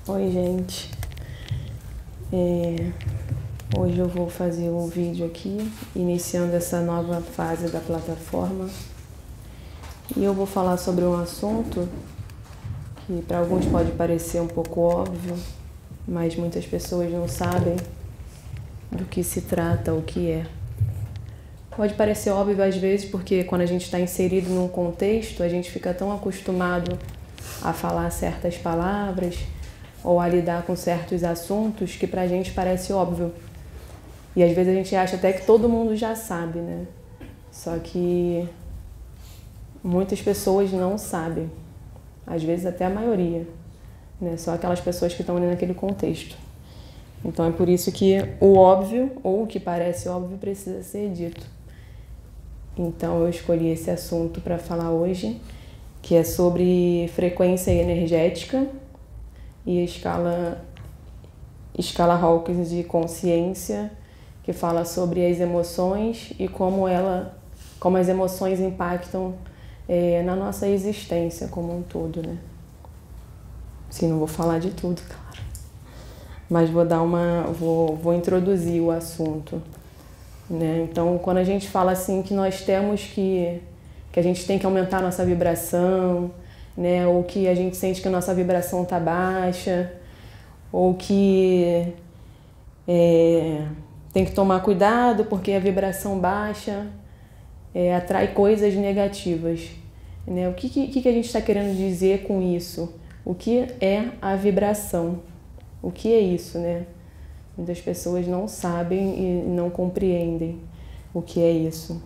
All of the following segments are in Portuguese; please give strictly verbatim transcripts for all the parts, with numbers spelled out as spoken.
Oi, gente. É, hoje eu vou fazer um vídeo aqui, iniciando essa nova fase da plataforma. E eu vou falar sobre um assunto que para alguns pode parecer um pouco óbvio, mas muitas pessoas não sabem do que se trata, o que é. Pode parecer óbvio às vezes porque quando a gente está inserido num contexto, a gente fica tão acostumado a falar certas palavras ou a lidar com certos assuntos que pra gente parece óbvio. E às vezes a gente acha até que todo mundo já sabe, né? Só que muitas pessoas não sabem. Às vezes até a maioria, né? Só aquelas pessoas que estão ali naquele contexto. Então é por isso que o óbvio, ou o que parece óbvio, precisa ser dito. Então eu escolhi esse assunto para falar hoje, que é sobre frequência energética e a escala, escala Hawkins de consciência, que fala sobre as emoções e como, ela, como as emoções impactam é, na nossa existência como um todo, né? Sim, não vou falar de tudo, claro. Mas vou dar uma, vou, vou introduzir o assunto, né? Então, quando a gente fala assim que nós temos que, que a gente tem que aumentar a nossa vibração, né? Ou que a gente sente que a nossa vibração está baixa, ou que é, tem que tomar cuidado porque a vibração baixa é, atrai coisas negativas, né? O que, que, que a gente está querendo dizer com isso? O que é a vibração? O que é isso, né? Muitas pessoas não sabem e não compreendem o que é isso.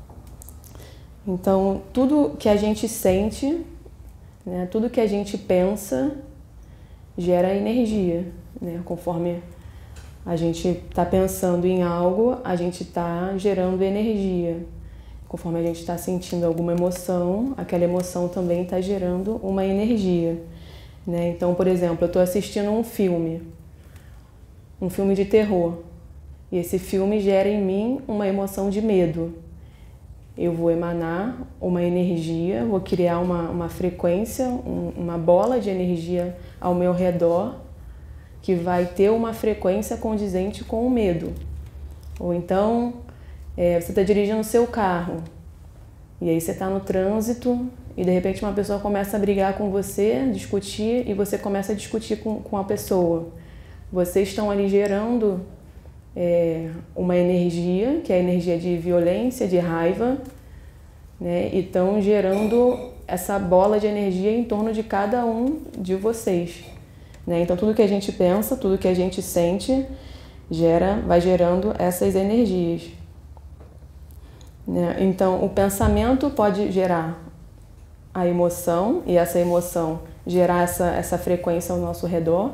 Então, tudo que a gente sente, né, tudo que a gente pensa gera energia, né? Conforme a gente está pensando em algo, a gente está gerando energia. Conforme a gente está sentindo alguma emoção, aquela emoção também está gerando uma energia, né? Então, por exemplo, eu estou assistindo um filme, um filme de terror, e esse filme gera em mim uma emoção de medo. Eu vou emanar uma energia, vou criar uma, uma frequência, um, uma bola de energia ao meu redor que vai ter uma frequência condizente com o medo. Ou então, é, você está dirigindo o seu carro e aí você está no trânsito e de repente uma pessoa começa a brigar com você, discutir, e você começa a discutir com, com a pessoa. Vocês estão ali gerando É, uma energia, que é a energia de violência, de raiva, né? E estão gerando essa bola de energia em torno de cada um de vocês, né? Então tudo que a gente pensa, tudo que a gente sente, gera, vai gerando essas energias, né? Então o pensamento pode gerar a emoção, e essa emoção gerar essa, essa frequência ao nosso redor.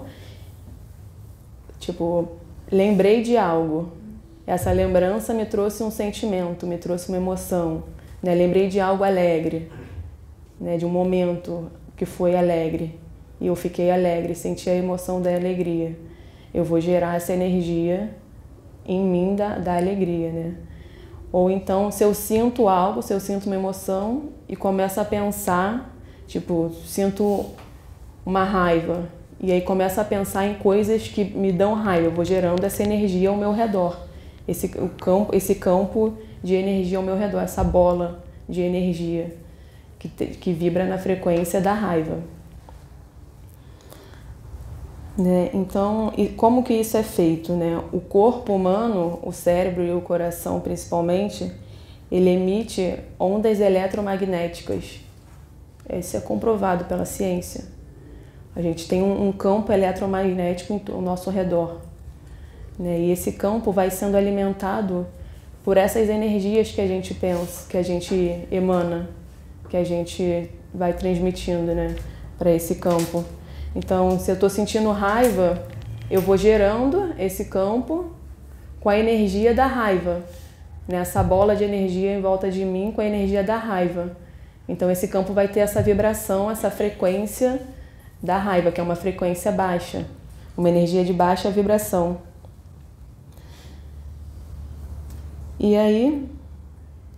Tipo, lembrei de algo, essa lembrança me trouxe um sentimento, me trouxe uma emoção, né? Lembrei de algo alegre, né? De um momento que foi alegre, e eu fiquei alegre, senti a emoção da alegria. Eu vou gerar essa energia em mim da, da alegria, né? Ou então, se eu sinto algo, se eu sinto uma emoção e começo a pensar, tipo, sinto uma raiva, e aí começo a pensar em coisas que me dão raiva, eu vou gerando essa energia ao meu redor, esse, o campo, esse campo de energia ao meu redor, essa bola de energia que, te, que vibra na frequência da raiva, né? Então, e como que isso é feito, né? O corpo humano, o cérebro e o coração principalmente, ele emite ondas eletromagnéticas. Isso é comprovado pela ciência. A gente tem um, um campo eletromagnético ao nosso redor, né? E esse campo vai sendo alimentado por essas energias que a gente pensa, que a gente emana, que a gente vai transmitindo, né, para esse campo. Então, se eu estou sentindo raiva, eu vou gerando esse campo com a energia da raiva, né? Essa bola de energia em volta de mim com a energia da raiva. Então, esse campo vai ter essa vibração, essa frequência da raiva, que é uma frequência baixa, uma energia de baixa vibração. E aí,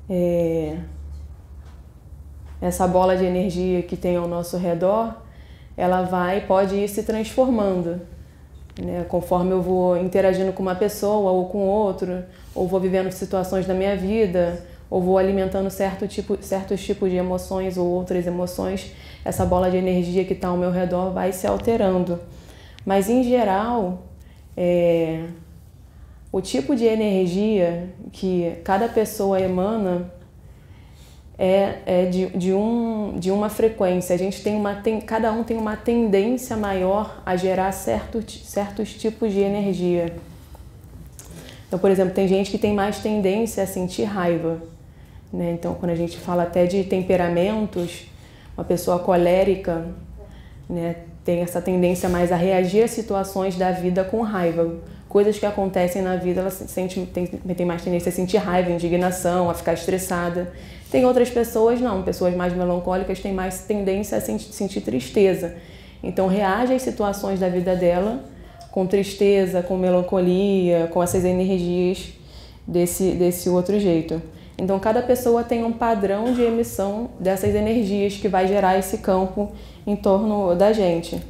é, essa bola de energia que tem ao nosso redor, ela vai, pode ir se transformando, né? Conforme eu vou interagindo com uma pessoa ou com outro, ou vou vivendo situações da minha vida, ou vou alimentando certo tipo, certos tipos de emoções ou outras emoções, essa bola de energia que está ao meu redor vai se alterando. Mas, em geral, é, o tipo de energia que cada pessoa emana é, é de, de, um, de uma frequência. A gente tem uma, tem, cada um tem uma tendência maior a gerar certo, certos tipos de energia. Então, por exemplo, tem gente que tem mais tendência a sentir raiva, né? Então, quando a gente fala até de temperamentos, uma pessoa colérica, né, tem essa tendência mais a reagir a situações da vida com raiva. Coisas que acontecem na vida, ela sente, tem, tem mais tendência a sentir raiva, indignação, a ficar estressada. Tem outras pessoas, não. Pessoas mais melancólicas têm mais tendência a sentir, sentir tristeza. Então, reage às situações da vida dela com tristeza, com melancolia, com essas energias desse, desse outro jeito. Então, cada pessoa tem um padrão de emissão dessas energias que vai gerar esse campo em torno da gente.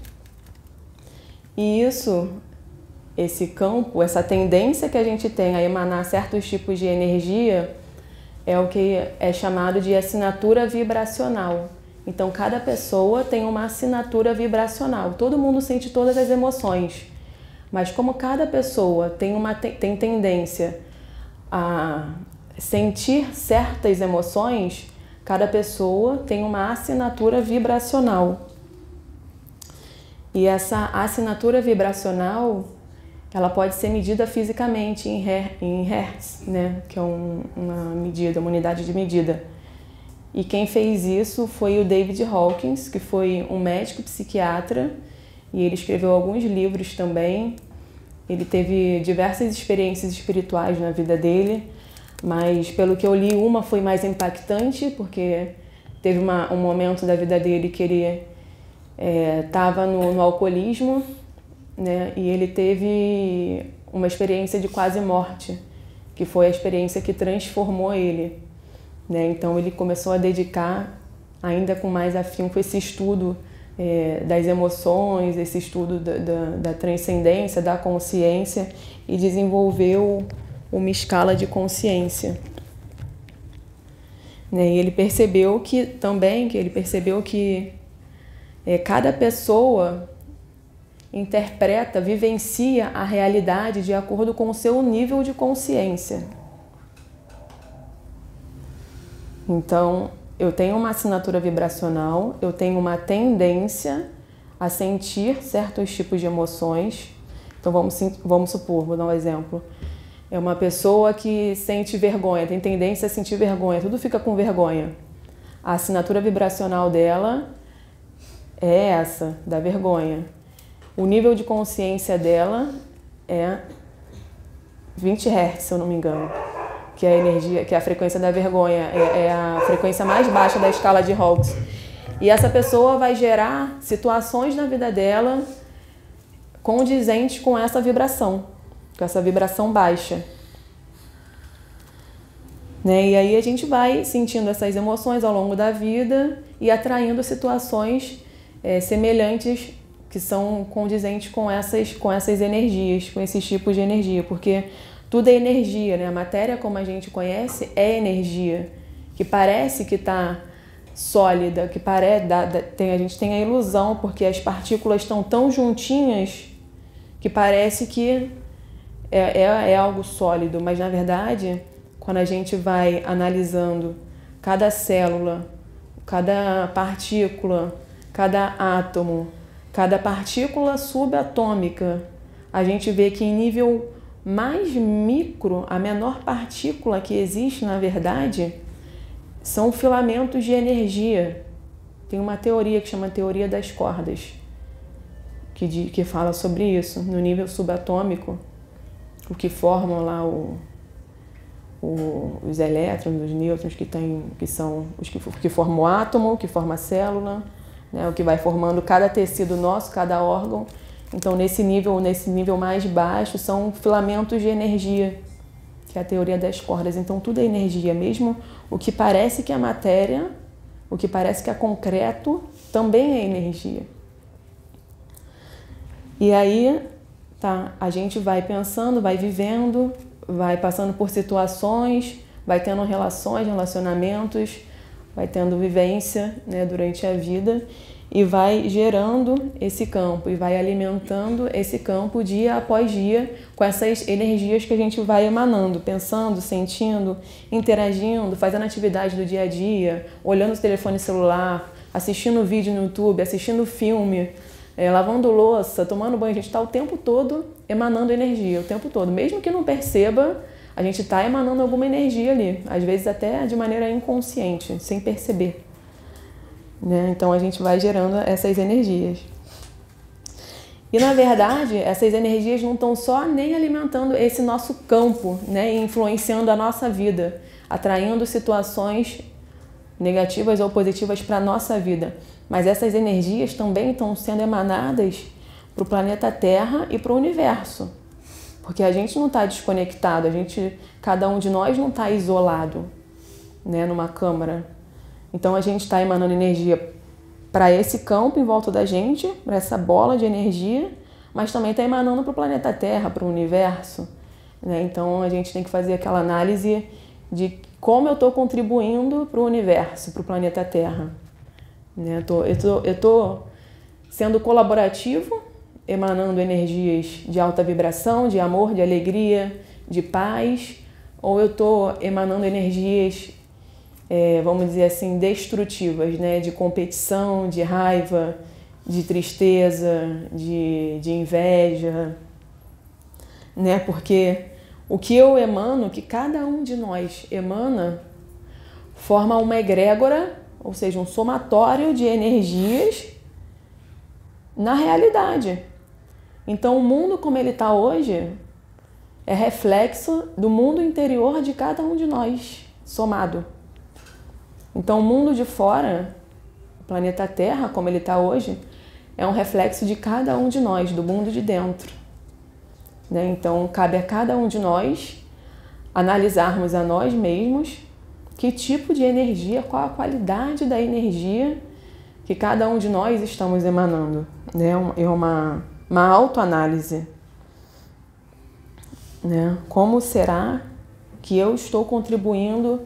E isso, esse campo, essa tendência que a gente tem a emanar certos tipos de energia é o que é chamado de assinatura vibracional. Então, cada pessoa tem uma assinatura vibracional. Todo mundo sente todas as emoções, mas como cada pessoa tem, uma, tem tendência a sentir certas emoções, cada pessoa tem uma assinatura vibracional. E essa assinatura vibracional, ela pode ser medida fisicamente em hertz, né? Que é um, uma medida, uma unidade de medida. E quem fez isso foi o David Hawkins, que foi um médico psiquiatra, e ele escreveu alguns livros também. Ele teve diversas experiências espirituais na vida dele, mas pelo que eu li, uma foi mais impactante, porque teve uma, um momento da vida dele que ele estava é, no, no alcoolismo, né? E ele teve uma experiência de quase morte, que foi a experiência que transformou ele, né? Então ele começou a dedicar ainda com mais afinco esse estudo é, das emoções, esse estudo da, da, da transcendência, da consciência, e desenvolveu uma escala de consciência, né? E ele percebeu que também que ele percebeu que é, cada pessoa interpreta, vivencia a realidade de acordo com o seu nível de consciência. Então, eu tenho uma assinatura vibracional, eu tenho uma tendência a sentir certos tipos de emoções. Então, vamos, vamos supor, vou dar um exemplo. É uma pessoa que sente vergonha, tem tendência a sentir vergonha, tudo fica com vergonha. A assinatura vibracional dela é essa, da vergonha. O nível de consciência dela é vinte hertz, se eu não me engano, que é a energia, que é a frequência da vergonha, é, é a frequência mais baixa da escala de Hawkins. E essa pessoa vai gerar situações na vida dela condizentes com essa vibração, com essa vibração baixa. Né? E aí a gente vai sentindo essas emoções ao longo da vida e atraindo situações é, semelhantes, que são condizentes com essas, com essas energias, com esses tipos de energia, porque tudo é energia, né? A matéria, como a gente conhece, é energia, que parece que está sólida, que parece, dá, dá, tem, a gente tem a ilusão, porque as partículas estão tão juntinhas que parece que é, é, é algo sólido, mas na verdade, quando a gente vai analisando cada célula, cada partícula, cada átomo, cada partícula subatômica, a gente vê que em nível mais micro, a menor partícula que existe, na verdade, são filamentos de energia. Tem uma teoria que chama teoria das cordas, que, de, que fala sobre isso. No nível subatômico, o que formam lá o, o, os elétrons, os nêutrons, que, tem, que são os que, que formam o átomo, que forma a célula, né, o que vai formando cada tecido nosso, cada órgão. Então, nesse nível, nesse nível mais baixo, são filamentos de energia, que é a teoria das cordas. Então, tudo é energia, mesmo o que parece que é matéria, o que parece que é concreto, também é energia. E aí, tá, a gente vai pensando, vai vivendo, vai passando por situações, vai tendo relações, relacionamentos, vai tendo vivência, né, durante a vida e vai gerando esse campo e vai alimentando esse campo dia após dia com essas energias que a gente vai emanando, pensando, sentindo, interagindo, fazendo atividade do dia a dia, olhando o telefone celular, assistindo vídeo no YouTube, assistindo filme, é, lavando louça, tomando banho. A gente está o tempo todo emanando energia, o tempo todo. Mesmo que não perceba, a gente está emanando alguma energia ali, às vezes até de maneira inconsciente, sem perceber. Né? Então a gente vai gerando essas energias. E na verdade, essas energias não estão só nem alimentando esse nosso campo, né? E influenciando a nossa vida, atraindo situações negativas ou positivas para a nossa vida. Mas essas energias também estão sendo emanadas para o planeta Terra e para o universo. Porque a gente não está desconectado, a gente, cada um de nós não está isolado, né, numa câmara. Então a gente está emanando energia para esse campo em volta da gente, para essa bola de energia, mas também está emanando para o planeta Terra, para o universo. Né? Então a gente tem que fazer aquela análise de como eu estou contribuindo para o universo, para o planeta Terra. Né? Eu tô, eu tô, eu tô sendo colaborativo, emanando energias de alta vibração, de amor, de alegria, de paz, ou eu estou emanando energias, é, vamos dizer assim, destrutivas, né? De competição, de raiva, de tristeza, de, de inveja, né? Porque o que eu emano, o que cada um de nós emana, forma uma egrégora, ou seja, um somatório de energias na realidade. Então, o mundo como ele está hoje é reflexo do mundo interior de cada um de nós, somado. Então, o mundo de fora, o planeta Terra, como ele está hoje, é um reflexo de cada um de nós, do mundo de dentro. Né? Então, cabe a cada um de nós analisarmos a nós mesmos que tipo de energia, qual a qualidade da energia que cada um de nós estamos emanando. Né? É uma, uma autoanálise. Né? Como será que eu estou contribuindo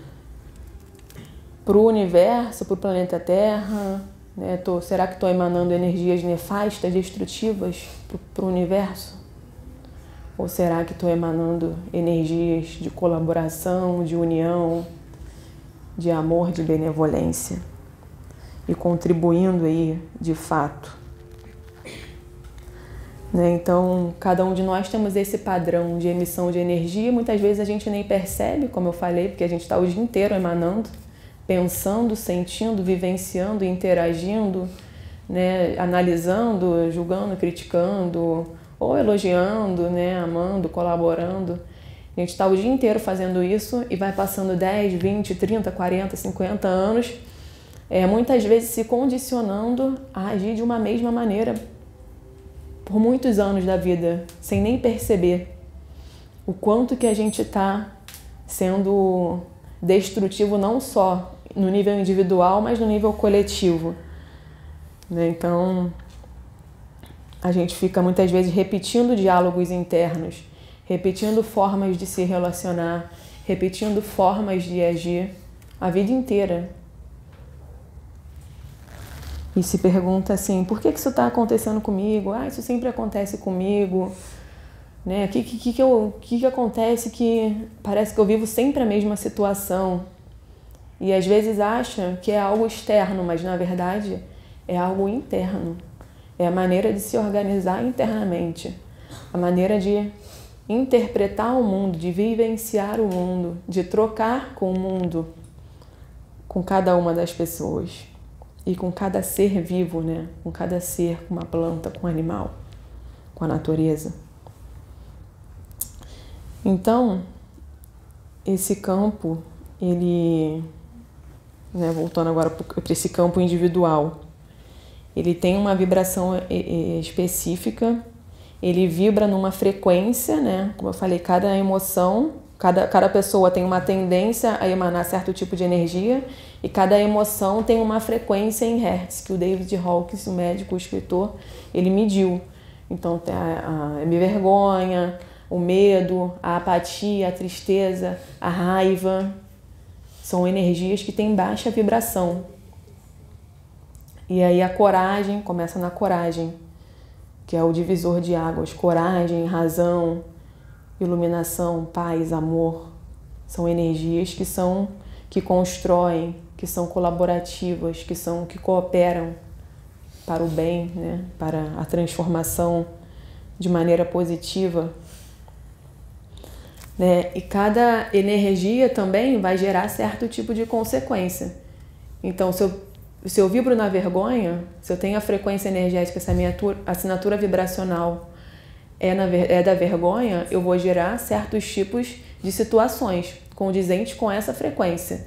para o universo, para o planeta Terra? Né? Tô, será que estou emanando energias nefastas, destrutivas para o universo? Ou será que estou emanando energias de colaboração, de união, de amor, de benevolência? E contribuindo aí, de fato. Né? Então, cada um de nós temos esse padrão de emissão de energia. Muitas vezes a gente nem percebe, como eu falei, porque a gente está o dia inteiro emanando, pensando, sentindo, vivenciando, interagindo, né? Analisando, julgando, criticando, ou elogiando, né? Amando, colaborando. A gente está o dia inteiro fazendo isso e vai passando dez, vinte, trinta, quarenta, cinquenta anos, é, muitas vezes se condicionando a agir de uma mesma maneira por muitos anos da vida, sem nem perceber o quanto que a gente está sendo destrutivo não só no nível individual, mas no nível coletivo. Né? Então, a gente fica muitas vezes repetindo diálogos internos, repetindo formas de se relacionar, repetindo formas de agir a vida inteira. E se pergunta assim, por que isso está acontecendo comigo? Ah, isso sempre acontece comigo. Né? O que, que, que, eu, que, que acontece que parece que eu vivo sempre a mesma situação? E às vezes acha que é algo externo, mas na verdade é algo interno. É a maneira de se organizar internamente, a maneira de interpretar o mundo, de vivenciar o mundo, de trocar com o mundo, com cada uma das pessoas e com cada ser vivo, né? Com cada ser, com uma planta, com um animal, com a natureza. Então, esse campo, ele, né, voltando agora para esse campo individual, ele tem uma vibração específica, ele vibra numa frequência, né? Como eu falei, cada emoção, cada, cada pessoa tem uma tendência a emanar certo tipo de energia e cada emoção tem uma frequência em hertz, que o David Hawkins, o médico, o escritor, ele mediu. Então tem a, a, a vergonha, o medo, a apatia, a tristeza, a raiva. São energias que têm baixa vibração. E aí a coragem, começa na coragem, que é o divisor de águas. Coragem, razão, iluminação, paz, amor. São energias que são, que constroem, que são colaborativas, que são, que cooperam para o bem, né? Para a transformação de maneira positiva. Né? E cada energia também vai gerar certo tipo de consequência. Então, se eu, se eu vibro na vergonha, se eu tenho a frequência energética, essa minha assinatura vibracional é, na, é da vergonha, eu vou gerar certos tipos de situações condizentes com essa frequência.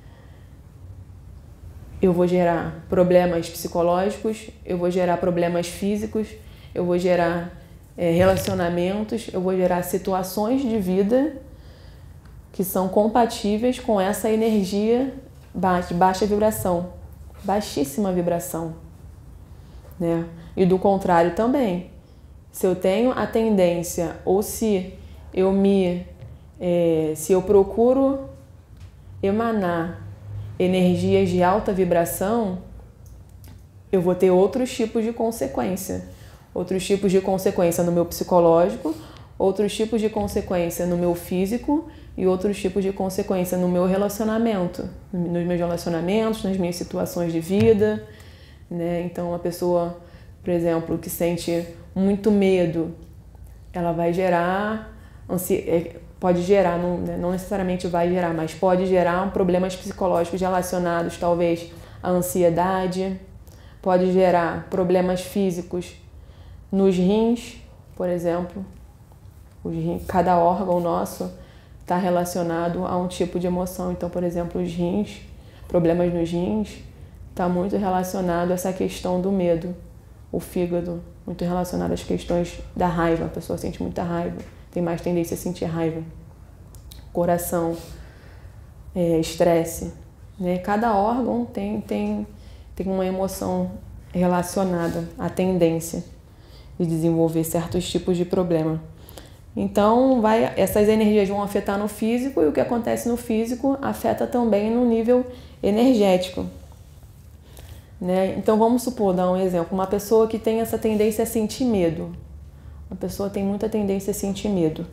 Eu vou gerar problemas psicológicos, eu vou gerar problemas físicos, eu vou gerar é, relacionamentos, eu vou gerar situações de vida que são compatíveis com essa energia de baixa vibração, baixíssima vibração, né? E do contrário também. Se eu tenho a tendência, ou se eu me, é, se eu procuro emanar energias de alta vibração, eu vou ter outros tipos de consequência. Outros tipos de consequência no meu psicológico, outros tipos de consequência no meu físico e outros tipos de consequência no meu relacionamento, nos meus relacionamentos, nas minhas situações de vida, né? Então, uma pessoa, por exemplo, que sente muito medo, ela vai gerar, pode gerar, não, não necessariamente vai gerar, mas pode gerar problemas psicológicos relacionados, talvez, à ansiedade, pode gerar problemas físicos nos rins, por exemplo. Os rins, cada órgão nosso está relacionado a um tipo de emoção. Então, por exemplo, os rins, problemas nos rins, está muito relacionado a essa questão do medo. O fígado, muito relacionado às questões da raiva. A pessoa sente muita raiva, tem mais tendência a sentir raiva. Coração, é, estresse, né? Cada órgão tem, tem, tem uma emoção relacionada à tendência de desenvolver certos tipos de problema. Então, vai, essas energias vão afetar no físico e o que acontece no físico afeta também no nível energético. Né? Então, vamos supor, dar um exemplo, uma pessoa que tem essa tendência a sentir medo. Uma pessoa tem muita tendência a sentir medo.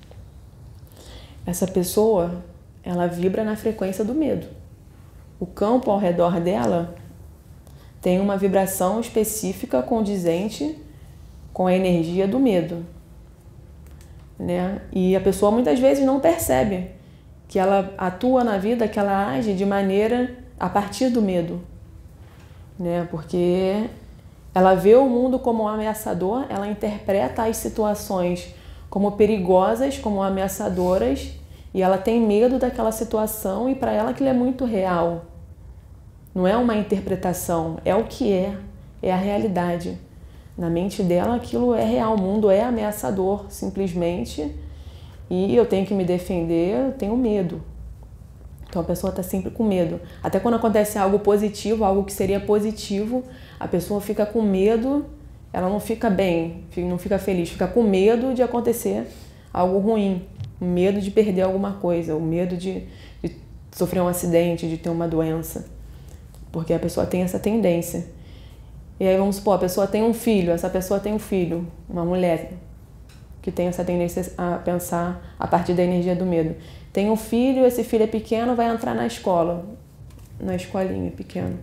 Essa pessoa, ela vibra na frequência do medo. O campo ao redor dela tem uma vibração específica condizente com a energia do medo. Né? E a pessoa muitas vezes não percebe que ela atua na vida, que ela age de maneira a partir do medo. Né? Porque ela vê o mundo como ameaçador, ela interpreta as situações como perigosas, como ameaçadoras, e ela tem medo daquela situação e para ela aquilo é muito real. Não é uma interpretação, é o que é, é a realidade. Na mente dela aquilo é real, o mundo é ameaçador simplesmente e eu tenho que me defender, eu tenho medo. Então a pessoa está sempre com medo. Até quando acontece algo positivo, algo que seria positivo, a pessoa fica com medo, ela não fica bem, não fica feliz, fica com medo de acontecer algo ruim, o medo de perder alguma coisa, o medo de, de sofrer um acidente, de ter uma doença, porque a pessoa tem essa tendência. E aí vamos supor, a pessoa tem um filho, essa pessoa tem um filho, uma mulher que tem essa tendência a pensar a partir da energia do medo. Tem um filho, esse filho é pequeno, vai entrar na escola, na escolinha pequena.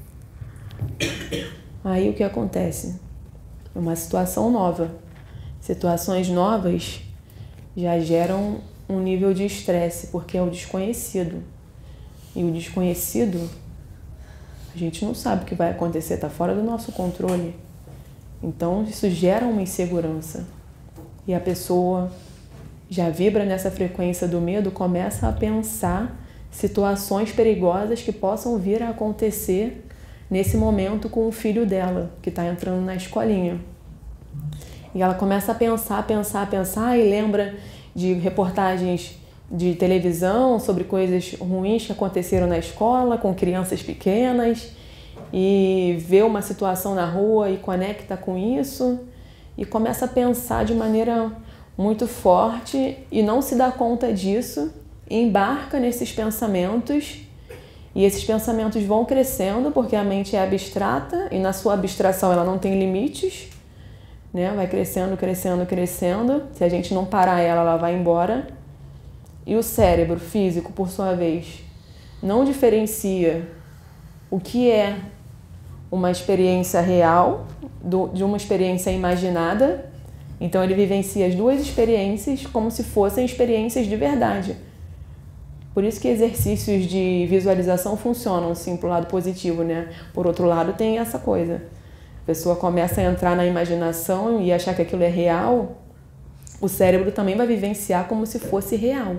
Aí o que acontece? É uma situação nova. Situações novas já geram um nível de estresse, porque é o desconhecido. E o desconhecido, a gente não sabe o que vai acontecer, está fora do nosso controle. Então isso gera uma insegurança. E a pessoa já vibra nessa frequência do medo, começa a pensar situações perigosas que possam vir a acontecer nesse momento com o filho dela, que está entrando na escolinha. E ela começa a pensar, pensar, pensar e lembra de reportagens de televisão sobre coisas ruins que aconteceram na escola com crianças pequenas e vê uma situação na rua e conecta com isso e começa a pensar de maneira muito forte e não se dá conta disso, e embarca nesses pensamentos, e esses pensamentos vão crescendo porque a mente é abstrata e na sua abstração ela não tem limites, né? Vai crescendo, crescendo, crescendo. Se a gente não parar ela, ela vai embora. E o cérebro físico, por sua vez, não diferencia o que é uma experiência real do, de uma experiência imaginada. Então ele vivencia as duas experiências como se fossem experiências de verdade. Por isso que exercícios de visualização funcionam, sim, para o lado positivo, né? Por outro lado, tem essa coisa. A pessoa começa a entrar na imaginação e achar que aquilo é real, o cérebro também vai vivenciar como se fosse real.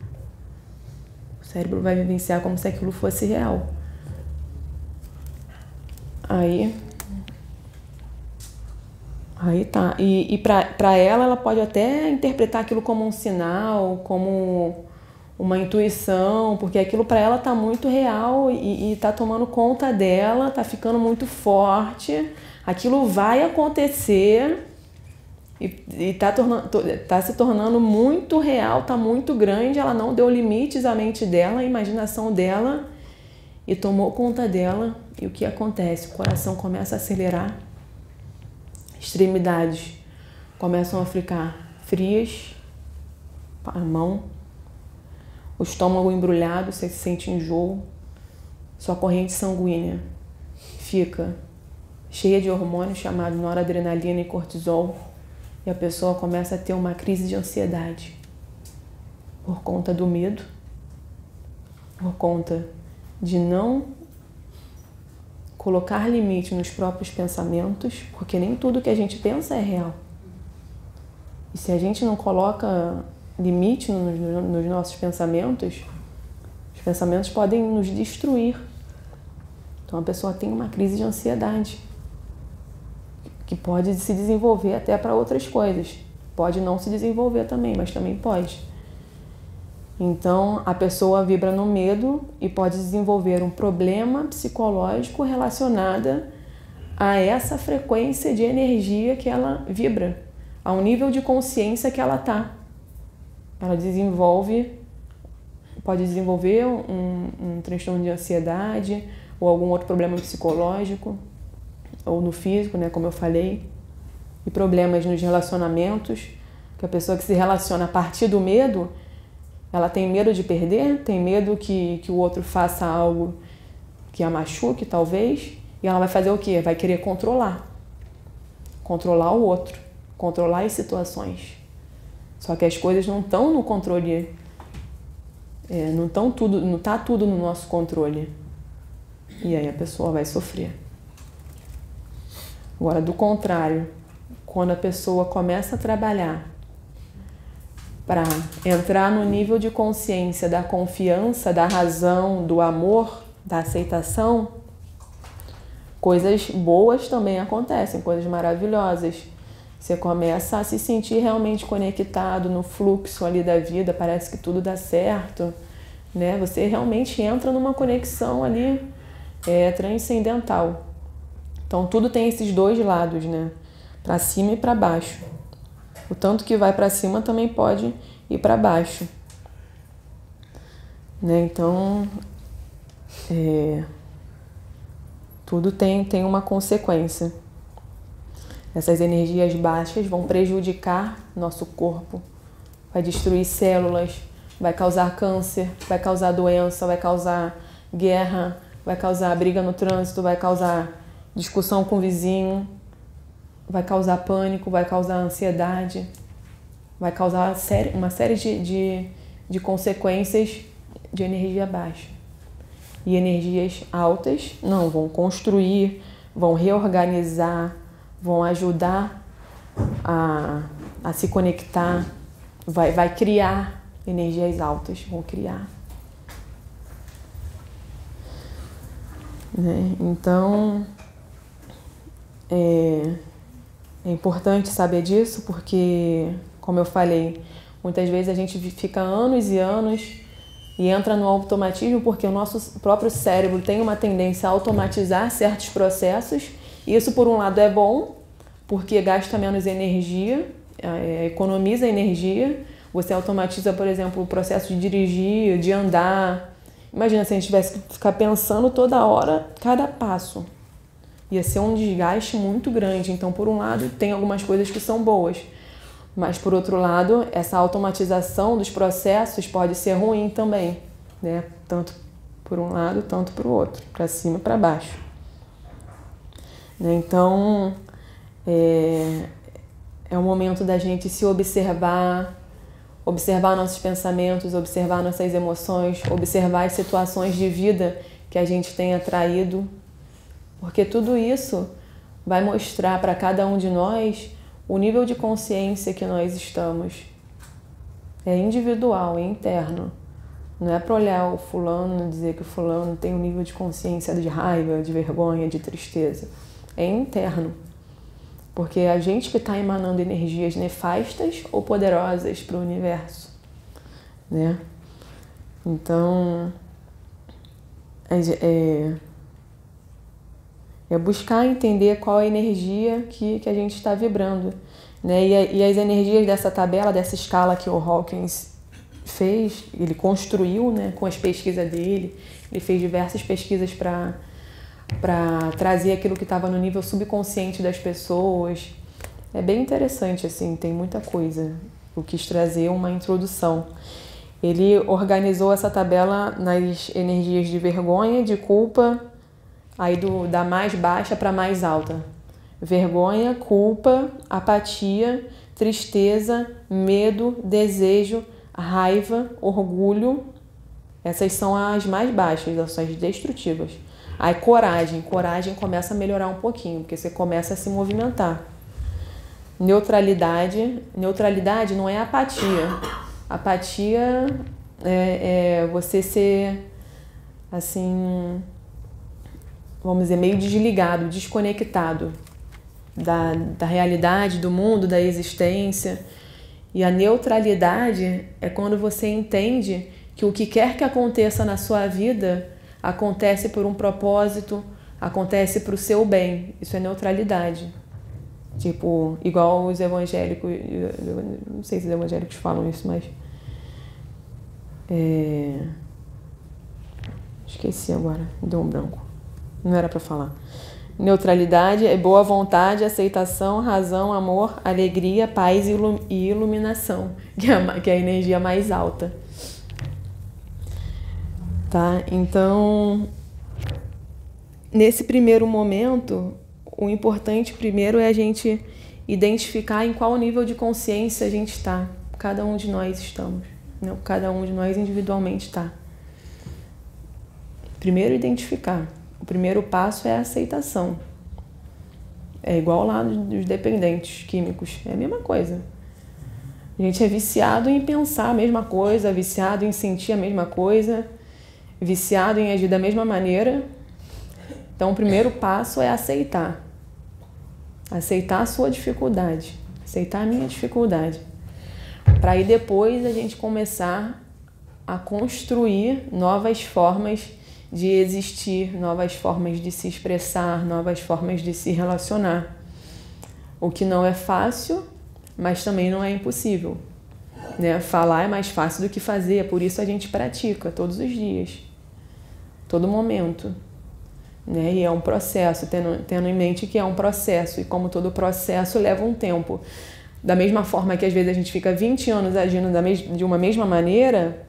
O cérebro vai vivenciar como se aquilo fosse real. Aí... Aí tá. E, e para ela, ela pode até interpretar aquilo como um sinal, como uma intuição, porque aquilo para ela tá muito real e, e tá tomando conta dela, tá ficando muito forte. Aquilo vai acontecer e, e tá, tornando, tá se tornando muito real, tá muito grande. Ela não deu limites à mente dela, à imaginação dela, e tomou conta dela. E o que acontece? O coração começa a acelerar. Extremidades começam a ficar frias, a mão, o estômago embrulhado, você sente enjoo, sua corrente sanguínea fica cheia de hormônios chamados noradrenalina e cortisol, e a pessoa começa a ter uma crise de ansiedade por conta do medo, por conta de não colocar limite nos próprios pensamentos, porque nem tudo que a gente pensa é real. E se a gente não coloca limite nos, nos nossos pensamentos, os pensamentos podem nos destruir. Então a pessoa tem uma crise de ansiedade, que pode se desenvolver até para outras coisas. Pode não se desenvolver também, mas também pode. Então, a pessoa vibra no medo e pode desenvolver um problema psicológico relacionado a essa frequência de energia que ela vibra, ao nível de consciência que ela está. Ela desenvolve, pode desenvolver um, um transtorno de ansiedade ou algum outro problema psicológico, ou no físico, né, como eu falei, e problemas nos relacionamentos, que a pessoa que se relaciona a partir do medo, ela tem medo de perder, tem medo que, que o outro faça algo que a machuque, talvez, e ela vai fazer o quê? Vai querer controlar. Controlar o outro, controlar as situações. Só que as coisas não estão no controle, é, não estão tudo, não está tudo no nosso controle. E aí a pessoa vai sofrer. Agora, do contrário, quando a pessoa começa a trabalhar para entrar no nível de consciência da confiança, da razão, do amor, da aceitação, coisas boas também acontecem, coisas maravilhosas. Você começa a se sentir realmente conectado no fluxo ali da vida, parece que tudo dá certo, né? Você realmente entra numa conexão ali é, transcendental. Então tudo tem esses dois lados, né? Para cima e para baixo. O tanto que vai para cima também pode ir para baixo, né? Então, é, tudo tem, tem uma consequência. Essas energias baixas vão prejudicar nosso corpo, vai destruir células, vai causar câncer, vai causar doença, vai causar guerra, vai causar briga no trânsito, vai causar discussão com o vizinho, vai causar pânico, vai causar ansiedade, vai causar uma série de, de, de consequências de energia baixa. E energias altas, não, vão construir, vão reorganizar, vão ajudar a, a se conectar, vai, vai criar energias altas, vão criar. Né? Então, é... É importante saber disso porque, como eu falei, muitas vezes a gente fica anos e anos e entra no automatismo porque o nosso próprio cérebro tem uma tendência a automatizar certos processos. E isso, por um lado, é bom, porque gasta menos energia, é, economiza energia. Você automatiza, por exemplo, o processo de dirigir, de andar. Imagina se a gente tivesse que ficar pensando toda hora, cada passo. Ia ser um desgaste muito grande. Então, por um lado, tem algumas coisas que são boas. Mas, por outro lado, essa automatização dos processos pode ser ruim também, né? Tanto por um lado, tanto para o outro, para cima e para baixo. Né? Então, é, é o momento da gente se observar, observar nossos pensamentos, observar nossas emoções, observar as situações de vida que a gente tem atraído, porque tudo isso vai mostrar para cada um de nós o nível de consciência que nós estamos. É individual, é interno. Não é para olhar o fulano e dizer que o fulano tem um nível de consciência de raiva, de vergonha, de tristeza. É interno. Porque é a gente que está emanando energias nefastas ou poderosas para o universo, né? Então, é, é buscar entender qual é a energia que, que a gente está vibrando, né? E, a, e as energias dessa tabela, dessa escala que o Hawkins fez, ele construiu, né, com as pesquisas dele, ele fez diversas pesquisas para para trazer aquilo que estava no nível subconsciente das pessoas. É bem interessante, assim, tem muita coisa. Eu quis trazer uma introdução. Ele organizou essa tabela nas energias de vergonha, de culpa, aí do, da mais baixa para mais alta. Vergonha, culpa, apatia, tristeza, medo, desejo, raiva, orgulho. Essas são as mais baixas, as ações destrutivas. Aí coragem, coragem começa a melhorar um pouquinho, porque você começa a se movimentar. Neutralidade, neutralidade não é apatia. Apatia é, é você ser, assim, vamos dizer, meio desligado, desconectado da, da realidade, do mundo, da existência. E a neutralidade é quando você entende que o que quer que aconteça na sua vida acontece por um propósito, acontece para o seu bem. Isso é neutralidade. Tipo, igual os evangélicos, não sei se os evangélicos falam isso, mas... É... Esqueci agora, me deu um branco. Não era para falar. Neutralidade é boa vontade, aceitação, razão, amor, alegria, paz e iluminação, que é a, que é a energia mais alta. Tá? Então, nesse primeiro momento, o importante primeiro é a gente identificar em qual nível de consciência a gente está. Cada um de nós estamos, né? Cada um de nós individualmente está. Primeiro, identificar. O primeiro passo é a aceitação. É igual lá dos dependentes químicos, é a mesma coisa. A gente é viciado em pensar a mesma coisa, viciado em sentir a mesma coisa, viciado em agir da mesma maneira. Então, o primeiro passo é aceitar. Aceitar a sua dificuldade. Aceitar a minha dificuldade. Para aí depois a gente começar a construir novas formas de existir, novas formas de se expressar, novas formas de se relacionar. O que não é fácil, mas também não é impossível, né? Falar é mais fácil do que fazer, por isso a gente pratica todos os dias. Todo momento, né? E é um processo, tendo, tendo em mente que é um processo, e como todo processo leva um tempo. Da mesma forma que às vezes a gente fica vinte anos agindo da mes- de uma mesma maneira,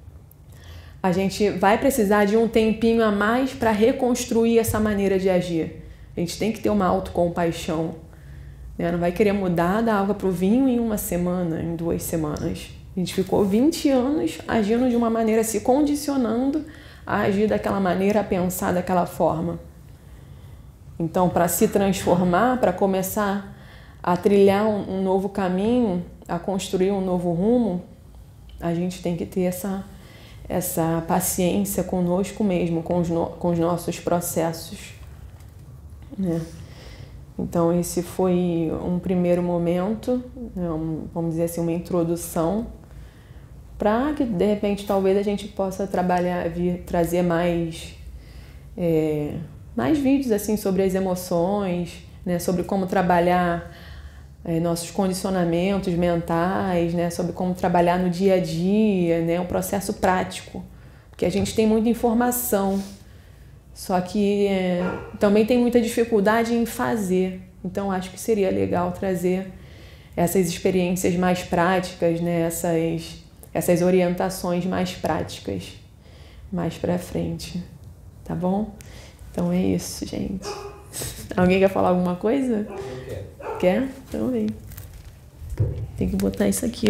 a gente vai precisar de um tempinho a mais para reconstruir essa maneira de agir. A gente tem que ter uma autocompaixão, né? Não vai querer mudar da água para o vinho em uma semana, em duas semanas. A gente ficou vinte anos agindo de uma maneira, se condicionando a agir daquela maneira, a pensar daquela forma. Então, para se transformar, para começar a trilhar um, um novo caminho, a construir um novo rumo, a gente tem que ter essa, essa paciência conosco mesmo, com os, no, com os nossos processos, né? Então, esse foi um primeiro momento, né, um, vamos dizer assim, uma introdução, para que, de repente, talvez a gente possa trabalhar, vir, trazer mais, é, mais vídeos assim, sobre as emoções, né, sobre como trabalhar é, nossos condicionamentos mentais, né, sobre como trabalhar no dia a dia, né, um processo prático, porque a gente tem muita informação, só que é, também tem muita dificuldade em fazer. Então acho que seria legal trazer essas experiências mais práticas, né, essas, essas orientações mais práticas mais pra frente, tá bom? Então é isso, gente. Alguém quer falar alguma coisa? Quer? Quer? Então vem. Tem que botar isso aqui.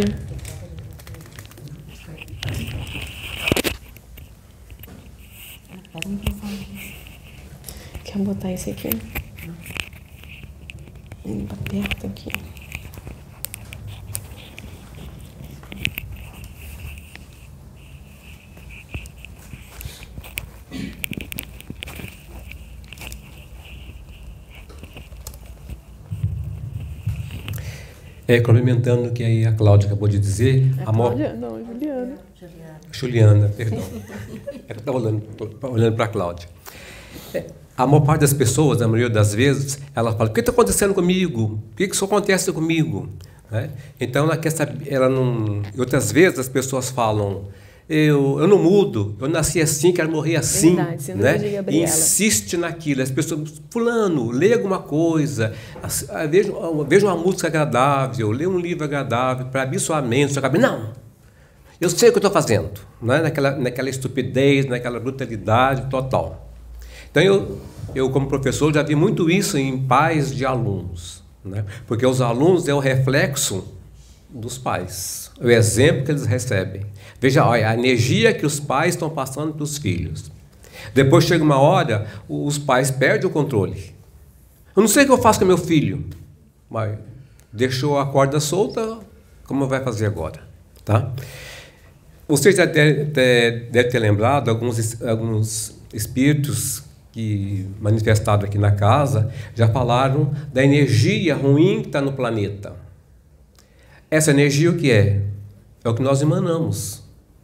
Quer botar isso aqui? Ele aperta aqui. É, complementando o que aí a Cláudia acabou de dizer... É a Cláudia? Não, Juliana. Juliana, perdão. É que eu estava olhando, olhando para a Cláudia. É, a maior parte das pessoas, na maioria das vezes, ela fala, o que está acontecendo comigo? Por que, que isso acontece comigo? Né? Então, ela quer saber, ela não... Outras vezes as pessoas falam... Eu, eu não mudo, eu nasci assim, quero morrer assim. Verdade, né? E insiste naquilo. As pessoas, fulano, lê alguma coisa, veja, veja uma música agradável, lê um livro agradável, para abrir sua mente, sua cabeça. Não, eu sei o que eu estou fazendo, né? naquela, naquela estupidez, naquela brutalidade total. Então, eu, eu, como professor, já vi muito isso em pais de alunos, né? Porque os alunos é o reflexo dos pais, o exemplo que eles recebem. Veja, olha, a energia que os pais estão passando para os filhos. Depois chega uma hora, os pais perdem o controle. Eu não sei o que eu faço com meu filho. Mas deixou a corda solta, como vai fazer agora? Tá? Você já deve ter, deve ter lembrado alguns, alguns espíritos que manifestados aqui na casa já falaram da energia ruim que está no planeta. Essa energia o que é? É o que nós emanamos.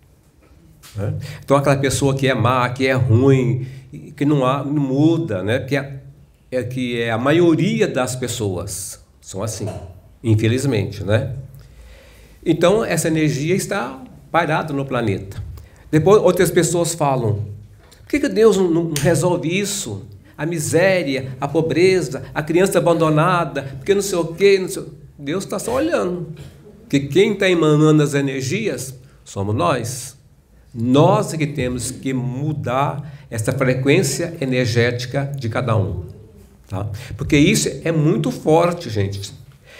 Né? Então aquela pessoa que é má, que é ruim, que não, há, não muda, né? que, é, é, que é a maioria das pessoas são assim, infelizmente. Né? Então essa energia está parada no planeta. Depois outras pessoas falam, por que, que Deus não, não resolve isso? A miséria, a pobreza, a criança abandonada, porque não sei o quê, não sei... Deus está só olhando. Que quem está emanando as energias somos nós. Nós é que temos que mudar essa frequência energética de cada um. Tá? Porque isso é muito forte, gente.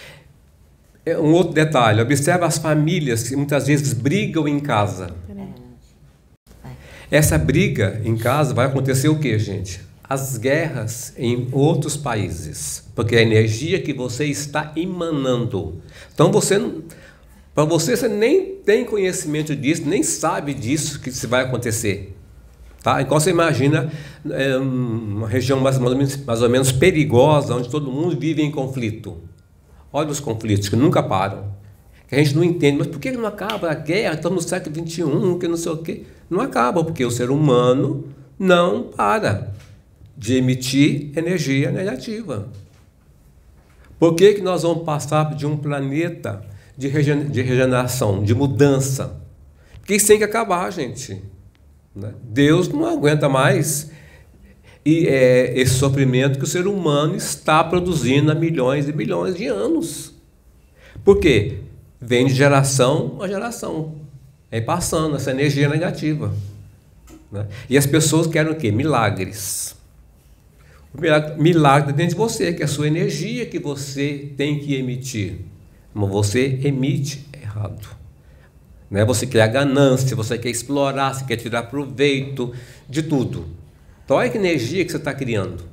É um outro detalhe, observa as famílias que muitas vezes brigam em casa. Essa briga em casa vai acontecer o quê, gente? As guerras em outros países. Porque é a energia que você está emanando. Então você não... Para você, você nem tem conhecimento disso, nem sabe disso que isso vai acontecer. Tá? Então você imagina é, uma região mais, mais, ou menos, mais ou menos perigosa, onde todo mundo vive em conflito. Olha os conflitos que nunca param. Que a gente não entende, mas por que não acaba a guerra? Estamos no século vinte e um, que não sei o quê. Não acaba, porque o ser humano não para de emitir energia negativa. Por que, que nós vamos passar de um planeta de regeneração, de mudança? Porque isso tem que acabar, gente. Né? Deus não aguenta mais e, é, esse sofrimento que o ser humano está produzindo há milhões e milhões de anos. Por quê? Vem de geração a geração. Aí passando essa energia negativa. Né? E as pessoas querem o quê? Milagres. O milagre, milagre dentro de você, que é a sua energia que você tem que emitir. Mas você emite errado. Né? Você quer a ganância, você quer explorar, você quer tirar proveito de tudo. Então olha que energia que você está criando.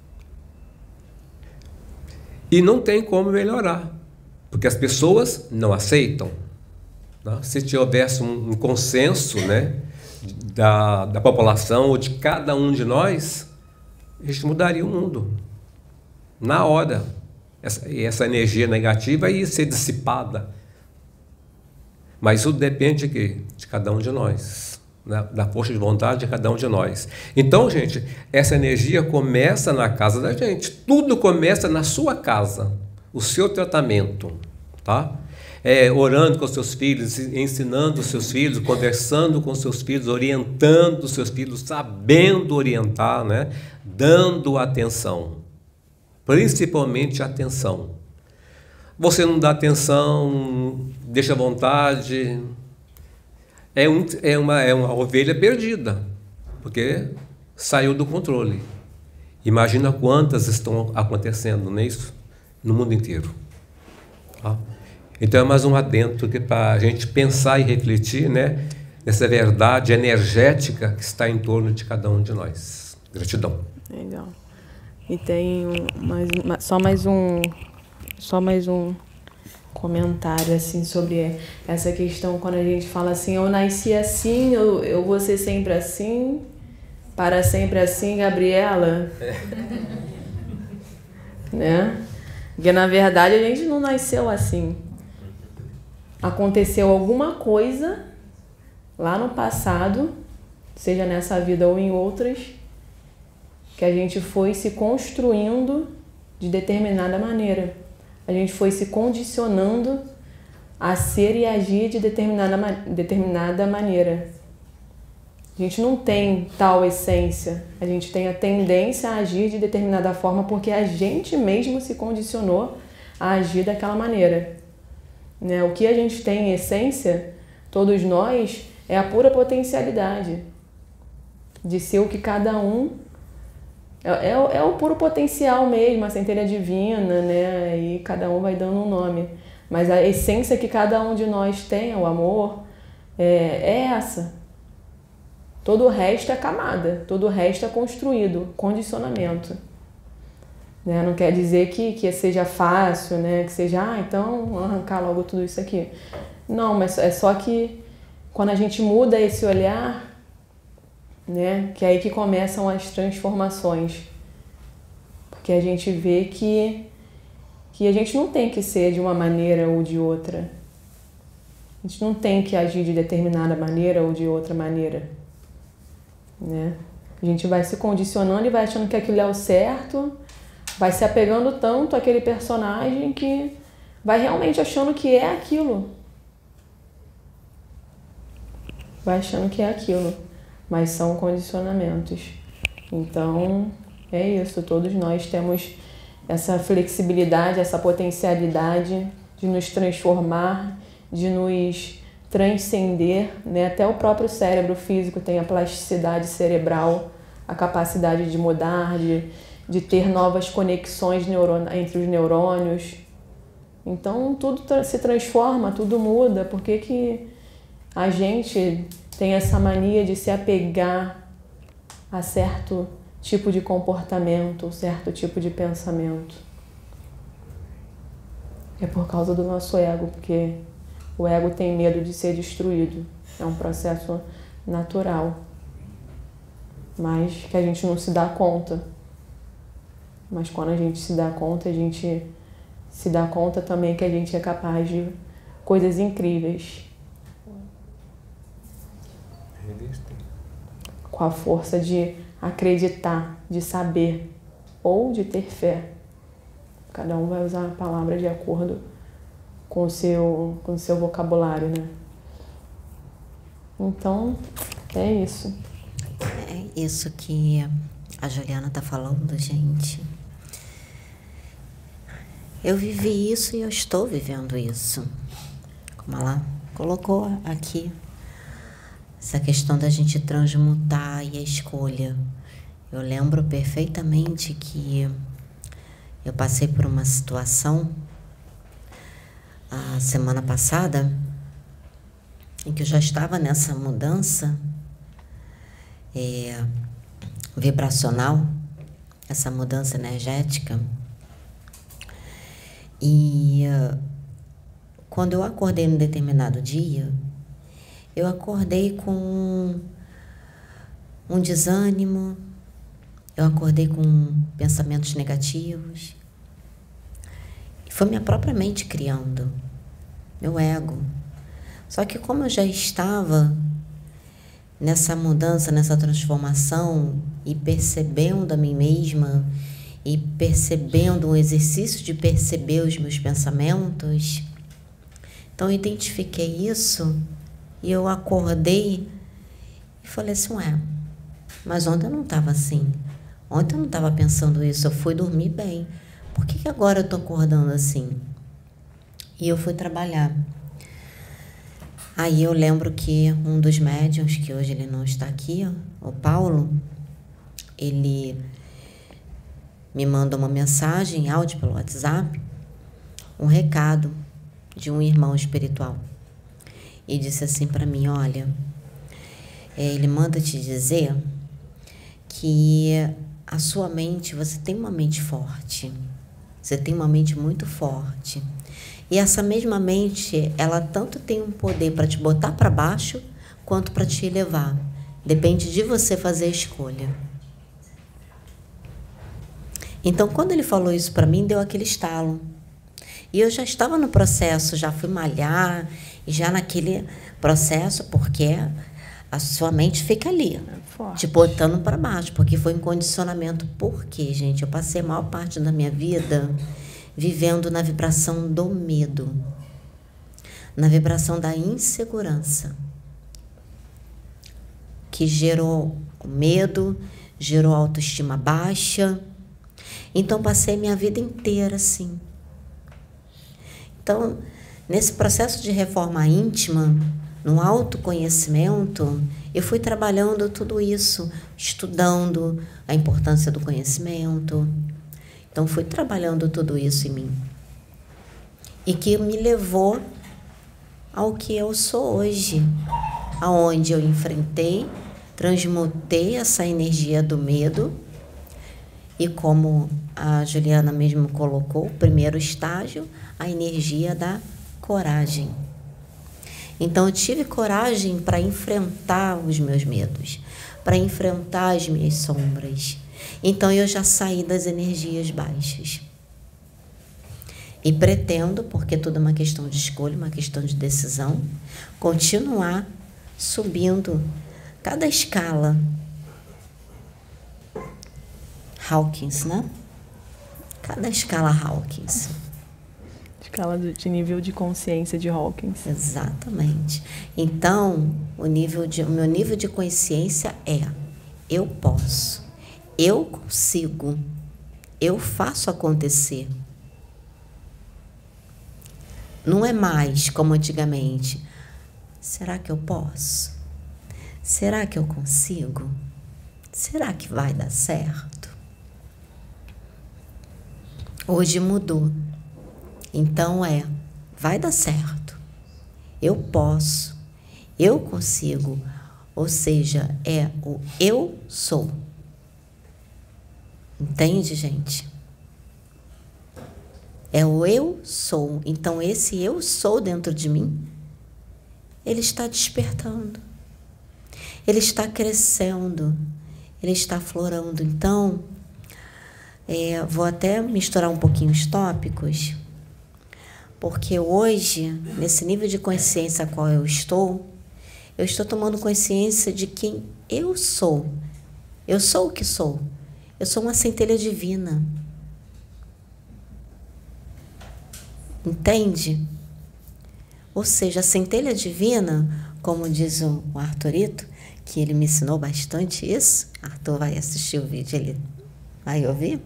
E não tem como melhorar, porque as pessoas não aceitam. Tá? Se tivesse um, um consenso, né, da, da população ou de cada um de nós, a gente mudaria o mundo. Na hora. Essa, essa energia negativa ia ser dissipada. Mas isso depende de quê? De cada um de nós. na, da força de vontade de cada um de nós. Então, gente, essa energia começa na casa da gente. Tudo começa na sua casa, o seu tratamento, tá? É, orando com os seus filhos, ensinando os seus filhos, conversando com os seus filhos, orientando os seus filhos, sabendo orientar, né? Dando atenção, principalmente atenção. Você não dá atenção, deixa à vontade, é, um, é, uma, é uma ovelha perdida, porque saiu do controle. Imagina quantas estão acontecendo, não é isso? No mundo inteiro. Tá? Então é mais um adentro que para a gente pensar e refletir, né, nessa verdade energética que está em torno de cada um de nós. Gratidão. Legal. E tem um, mais, só mais um só mais um comentário assim sobre essa questão quando a gente fala assim, eu nasci assim, eu, eu vou ser sempre assim, para sempre assim, Gabriela. É. Né? Porque na verdade a gente não nasceu assim. Aconteceu alguma coisa lá no passado, seja nessa vida ou em outras, que a gente foi se construindo de determinada maneira. A gente foi se condicionando a ser e agir de determinada, determinada maneira. A gente não tem tal essência, a gente tem a tendência a agir de determinada forma porque a gente mesmo se condicionou a agir daquela maneira. Né? O que a gente tem em essência, todos nós, é a pura potencialidade de ser o que cada um... É, é, é o puro potencial mesmo, a centelha divina, né? E cada um vai dando um nome. Mas a essência que cada um de nós tem, o amor, é, é essa. Todo o resto é camada, todo o resto é construído, condicionamento. Né? Não quer dizer que, que seja fácil, né? Que seja, ah, então arrancar logo tudo isso aqui. Não, mas é só que quando a gente muda esse olhar, né, que é aí que começam as transformações. Porque a gente vê que, que a gente não tem que ser de uma maneira ou de outra. A gente não tem que agir de determinada maneira ou de outra maneira. Né? A gente vai se condicionando e vai achando que aquilo é o certo, vai se apegando tanto àquele personagem que vai realmente achando que é aquilo. Vai achando que é aquilo. Mas são condicionamentos. Então, é isso. Todos nós temos essa flexibilidade, essa potencialidade de nos transformar, de nos transcender, né? Até o próprio cérebro físico tem a plasticidade cerebral, a capacidade de mudar, de, de ter novas conexões neuron- entre os neurônios. Então, tudo tra- se transforma, tudo muda. Por que que a gente tem essa mania de se apegar a certo tipo de comportamento, certo tipo de pensamento? É por causa do nosso ego, porque o ego tem medo de ser destruído. É um processo natural, mas que a gente não se dá conta. Mas quando a gente se dá conta, a gente se dá conta também que a gente é capaz de coisas incríveis. Com a força de acreditar, de saber ou de ter fé. Cada um vai usar a palavra de acordo com o seu, com o seu vocabulário, né? Então, é isso. É isso que a Juliana está falando, gente. Eu vivi isso e eu estou vivendo isso. Como ela colocou aqui. Essa questão da gente transmutar e a escolha. Eu lembro perfeitamente que eu passei por uma situação a semana passada em que eu já estava nessa mudança é, vibracional, essa mudança energética. E uh, quando eu acordei num determinado dia, eu acordei com um desânimo, eu acordei com pensamentos negativos. E foi minha própria mente criando, meu ego. Só que como eu já estava nessa mudança, nessa transformação e percebendo a mim mesma e percebendo um exercício de perceber os meus pensamentos. Então eu identifiquei isso e eu acordei e falei assim, ué, mas ontem eu não estava assim. Ontem eu não estava pensando isso, eu fui dormir bem. Por que que agora eu estou acordando assim? E eu fui trabalhar. Aí eu lembro que um dos médiuns, que hoje ele não está aqui, o Paulo, ele me manda uma mensagem, áudio pelo WhatsApp, um recado de um irmão espiritual. E disse assim para mim, olha, ele manda te dizer que a sua mente, você tem uma mente forte, você tem uma mente muito forte. E essa mesma mente, ela tanto tem um poder para te botar para baixo, quanto para te elevar. Depende de você fazer a escolha. Então, quando ele falou isso para mim, deu aquele estalo. E eu já estava no processo, já fui malhar, e já naquele processo, porque a sua mente fica ali, é te botando para baixo, porque foi um condicionamento. Por quê, gente? Eu passei a maior parte da minha vida vivendo na vibração do medo, na vibração da insegurança, que gerou o medo, gerou autoestima baixa. Então, passei minha vida inteira assim. Então, nesse processo de reforma íntima, no autoconhecimento, eu fui trabalhando tudo isso, estudando a importância do conhecimento. Então, fui trabalhando tudo isso em mim. E que me levou ao que eu sou hoje, aonde eu enfrentei, transmutei essa energia do medo. E como a Juliana mesmo colocou, o primeiro estágio, a energia da coragem. Então, eu tive coragem para enfrentar os meus medos, para enfrentar as minhas sombras. Então, eu já saí das energias baixas. E pretendo, porque tudo é uma questão de escolha, uma questão de decisão, continuar subindo cada escala. Hawkins, né? Cada escala Hawkins. Escala de nível de consciência de Hawkins. Exatamente. Então, o, nível de, o meu nível de consciência é: eu posso, eu consigo, eu faço acontecer. Não é mais como antigamente. Será que eu posso? Será que eu consigo? Será que vai dar certo? Hoje mudou. Então é, vai dar certo. Eu posso. Eu consigo. Ou seja, é o eu sou. Entende, gente? É o eu sou. Então, esse eu sou dentro de mim, ele está despertando. Ele está crescendo. Ele está aflorando. Então, é, vou até misturar um pouquinho os tópicos, porque hoje, nesse nível de consciência a qual eu estou, eu estou tomando consciência de quem eu sou. Eu sou o que sou. Eu sou uma centelha divina. Entende? Ou seja, a centelha divina, como diz o Arthurito, que ele me ensinou bastante isso. Arthur vai assistir o vídeo, ele vai ouvir.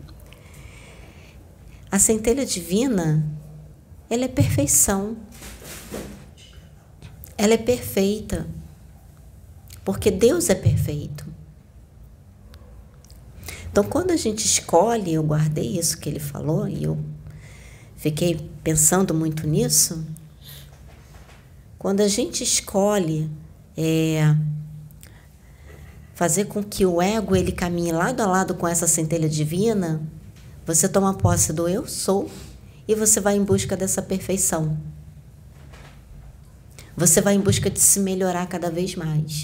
A centelha divina, ela é perfeição. Ela é perfeita. Porque Deus é perfeito. Então, quando a gente escolhe, eu guardei isso que ele falou e eu fiquei pensando muito nisso. Quando a gente escolhe é, fazer com que o ego ele caminhe lado a lado com essa centelha divina, você toma posse do eu sou e você vai em busca dessa perfeição. Você vai em busca de se melhorar cada vez mais.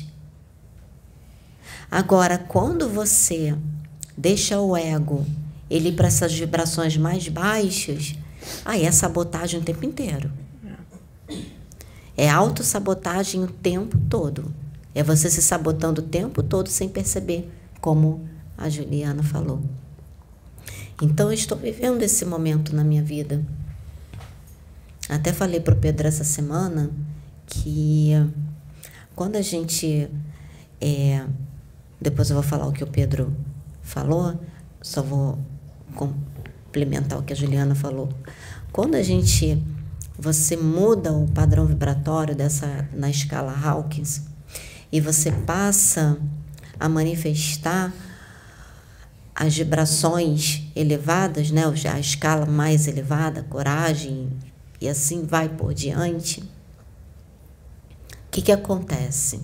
Agora, quando você deixa o ego ele ir para essas vibrações mais baixas, aí é sabotagem o tempo inteiro. É autossabotagem o tempo todo. É você se sabotando o tempo todo sem perceber, como a Juliana falou. Então, eu estou vivendo esse momento na minha vida. Até falei para o Pedro essa semana que quando a gente... É, depois eu vou falar o que o Pedro falou, só vou complementar o que a Juliana falou. Quando a gente... Você muda o padrão vibratório dessa, na escala Hawkins e você passa a manifestar as vibrações elevadas, né? A escala mais elevada, coragem, e assim vai por diante. O que que acontece?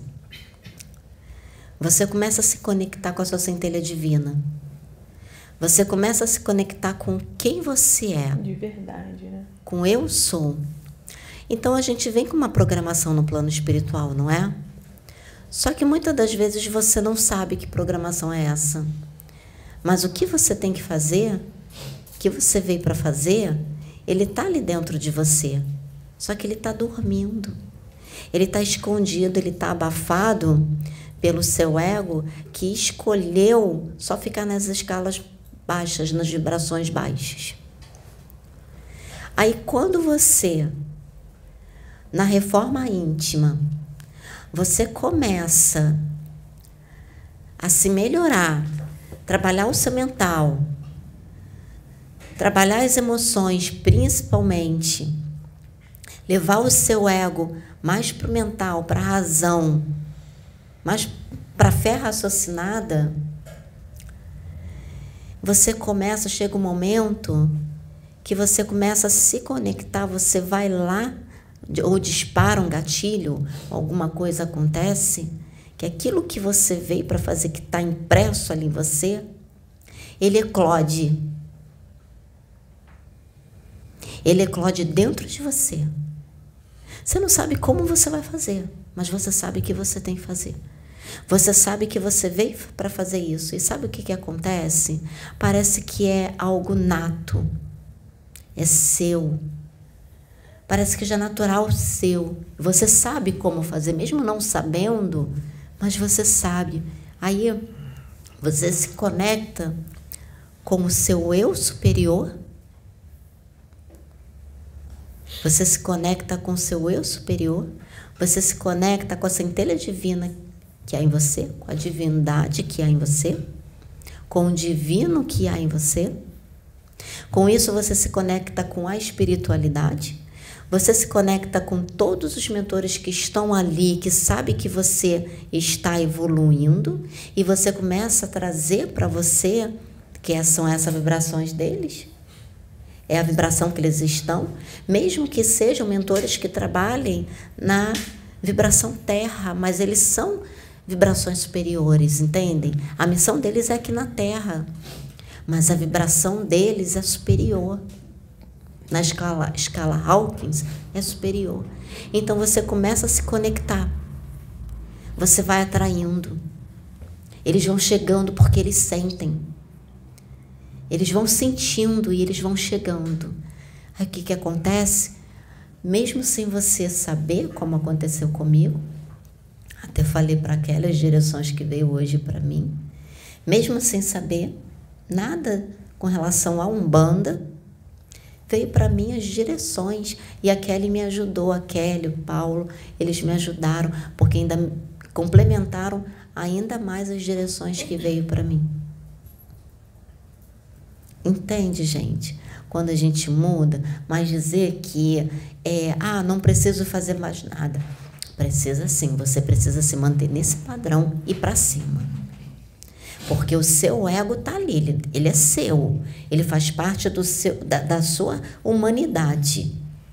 Você começa a se conectar com a sua centelha divina. Você começa a se conectar com quem você é. De verdade, né? Com eu sou. Então, a gente vem com uma programação no plano espiritual, não é? Só que muitas das vezes você não sabe que programação é essa. Mas o que você tem que fazer, o que você veio para fazer, ele está ali dentro de você. Só que ele está dormindo. Ele está escondido, ele está abafado pelo seu ego que escolheu só ficar nas escalas baixas, nas vibrações baixas. Aí quando você, na reforma íntima, você começa a se melhorar, trabalhar o seu mental, trabalhar as emoções principalmente, levar o seu ego mais para o mental, para a razão, mais para a fé raciocinada, você começa, chega um momento que você começa a se conectar, você vai lá, ou dispara um gatilho, alguma coisa acontece, que aquilo que você veio para fazer, que está impresso ali em você, ele eclode. Ele eclode dentro de você. Você não sabe como você vai fazer, mas você sabe que você tem que fazer. Você sabe que você veio para fazer isso. E sabe o que que acontece? Parece que é algo nato. É seu. Parece que já é natural seu. Você sabe como fazer, mesmo não sabendo, mas você sabe. Aí você se conecta com o seu eu superior. Você se conecta com o seu eu superior. Você se conecta com a centelha divina que há em você, com a divindade que há em você, com o divino que há em você. Com isso você se conecta com a espiritualidade. Você se conecta com todos os mentores que estão ali, que sabem que você está evoluindo, e você começa a trazer para você, que são essas vibrações deles, é a vibração que eles estão, mesmo que sejam mentores que trabalhem na vibração terra, mas eles são vibrações superiores, entendem? A missão deles é aqui na terra, mas a vibração deles é superior. Na escala, escala Hawkins é superior. Então você começa a se conectar. Você vai atraindo. Eles vão chegando porque eles sentem. Eles vão sentindo e eles vão chegando. Aí o que que acontece? Mesmo sem você saber, como aconteceu comigo, até falei para aquelas direções que veio hoje para mim, mesmo sem saber nada com relação à Umbanda, veio para mim as direções, e a Kelly me ajudou, a Kelly, o Paulo, eles me ajudaram, porque ainda complementaram ainda mais as direções que veio para mim. Entende, gente? Quando a gente muda, mas dizer que é, ah, não preciso fazer mais nada. Precisa sim, você precisa se manter nesse padrão e para cima. Porque o seu ego está ali, ele, ele é seu, ele faz parte do seu, da, da sua humanidade.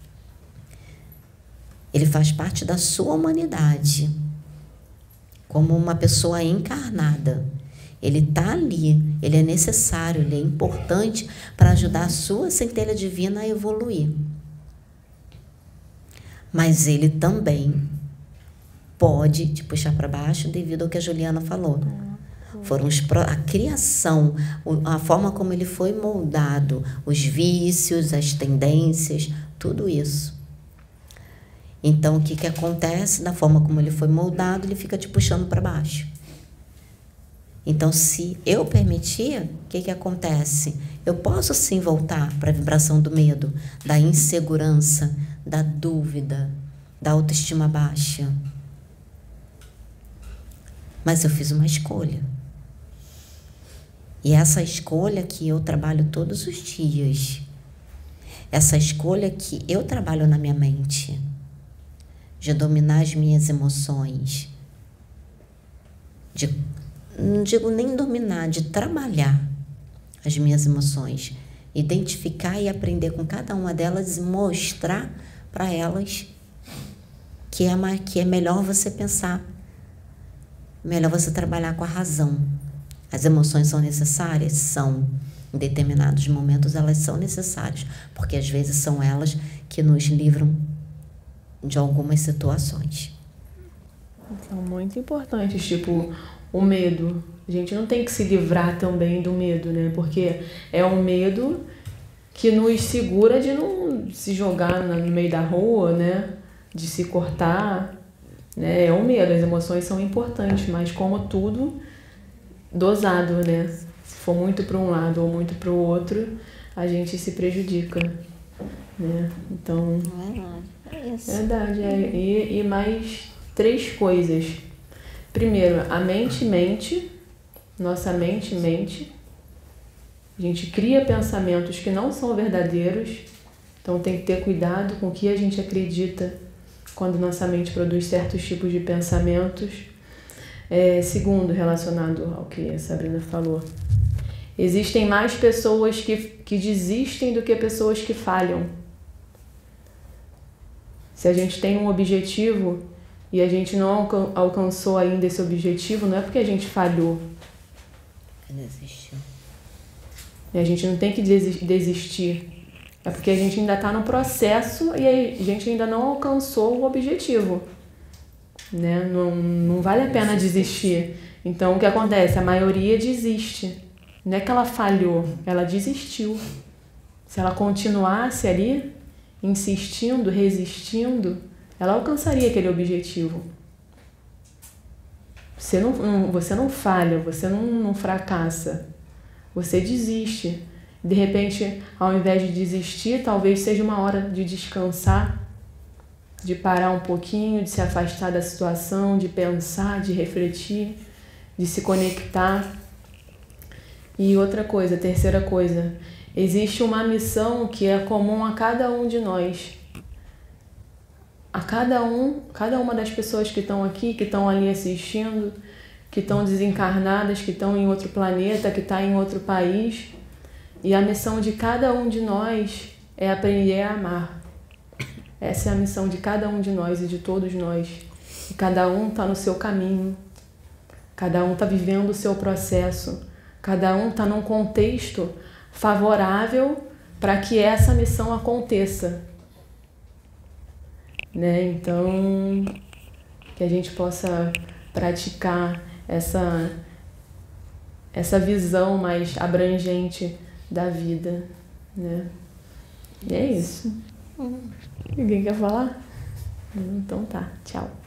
Ele faz parte da sua humanidade, como uma pessoa encarnada. Ele está ali, ele é necessário, ele é importante para ajudar a sua centelha divina a evoluir. Mas ele também pode te puxar para baixo devido ao que a Juliana falou. Foram os, a criação, a forma como ele foi moldado, os vícios, as tendências, tudo isso. Então, o que, que acontece? Da forma como ele foi moldado, ele fica te puxando para baixo. Então, se eu permitir, o que, que acontece? Eu posso sim voltar para a vibração do medo, da insegurança, da dúvida, da autoestima baixa. Mas eu fiz uma escolha. E essa escolha que eu trabalho todos os dias, essa escolha que eu trabalho na minha mente, de dominar as minhas emoções, de, não digo nem dominar, de trabalhar as minhas emoções, identificar e aprender com cada uma delas e mostrar para elas que é, que é melhor você pensar, melhor você trabalhar com a razão. As emoções são necessárias? São. Em determinados momentos elas são necessárias, porque às vezes são elas que nos livram de algumas situações. São muito importantes, tipo, o medo. A gente não tem que se livrar também do medo, né? Porque é um medo que nos segura de não se jogar no meio da rua, né? De se cortar, né? É um medo, as emoções são importantes, mas como tudo, dosado, né? Se for muito para um lado ou muito para o outro, a gente se prejudica, né? Então, É isso. verdade. É. E, e mais três coisas. Primeiro, a mente mente, nossa mente mente. A gente cria pensamentos que não são verdadeiros, então tem que ter cuidado com o que a gente acredita quando nossa mente produz certos tipos de pensamentos. É, segundo, relacionado ao que a Sabrina falou, existem mais pessoas que, que desistem do que pessoas que falham. Se a gente tem um objetivo e a gente não alcançou ainda esse objetivo, não é porque a gente falhou. Desistiu. E a gente não tem que desistir. É porque a gente ainda está no processo e a gente ainda não alcançou o objetivo. Né? Não, não vale a pena desistir. Então, o que acontece? A maioria desiste. Não é que ela falhou, ela desistiu. Se ela continuasse ali, insistindo, resistindo, ela alcançaria aquele objetivo. Você não, não, você não falha, você não, não fracassa. Você desiste. De repente, ao invés de desistir, talvez seja uma hora de descansar, de parar um pouquinho, de se afastar da situação, de pensar, de refletir, de se conectar. E outra coisa, terceira coisa, existe uma missão que é comum a cada um de nós. A cada um, cada uma das pessoas que estão aqui, que estão ali assistindo, que estão desencarnadas, que estão em outro planeta, que estão em outro país. E a missão de cada um de nós é aprender a amar. Essa é a missão de cada um de nós e de todos nós. E cada um está no seu caminho. Cada um está vivendo o seu processo. Cada um está num contexto favorável para que essa missão aconteça. Né? Então, que a gente possa praticar essa, essa visão mais abrangente da vida, né? E é isso. Ninguém quer falar? Então tá, tchau.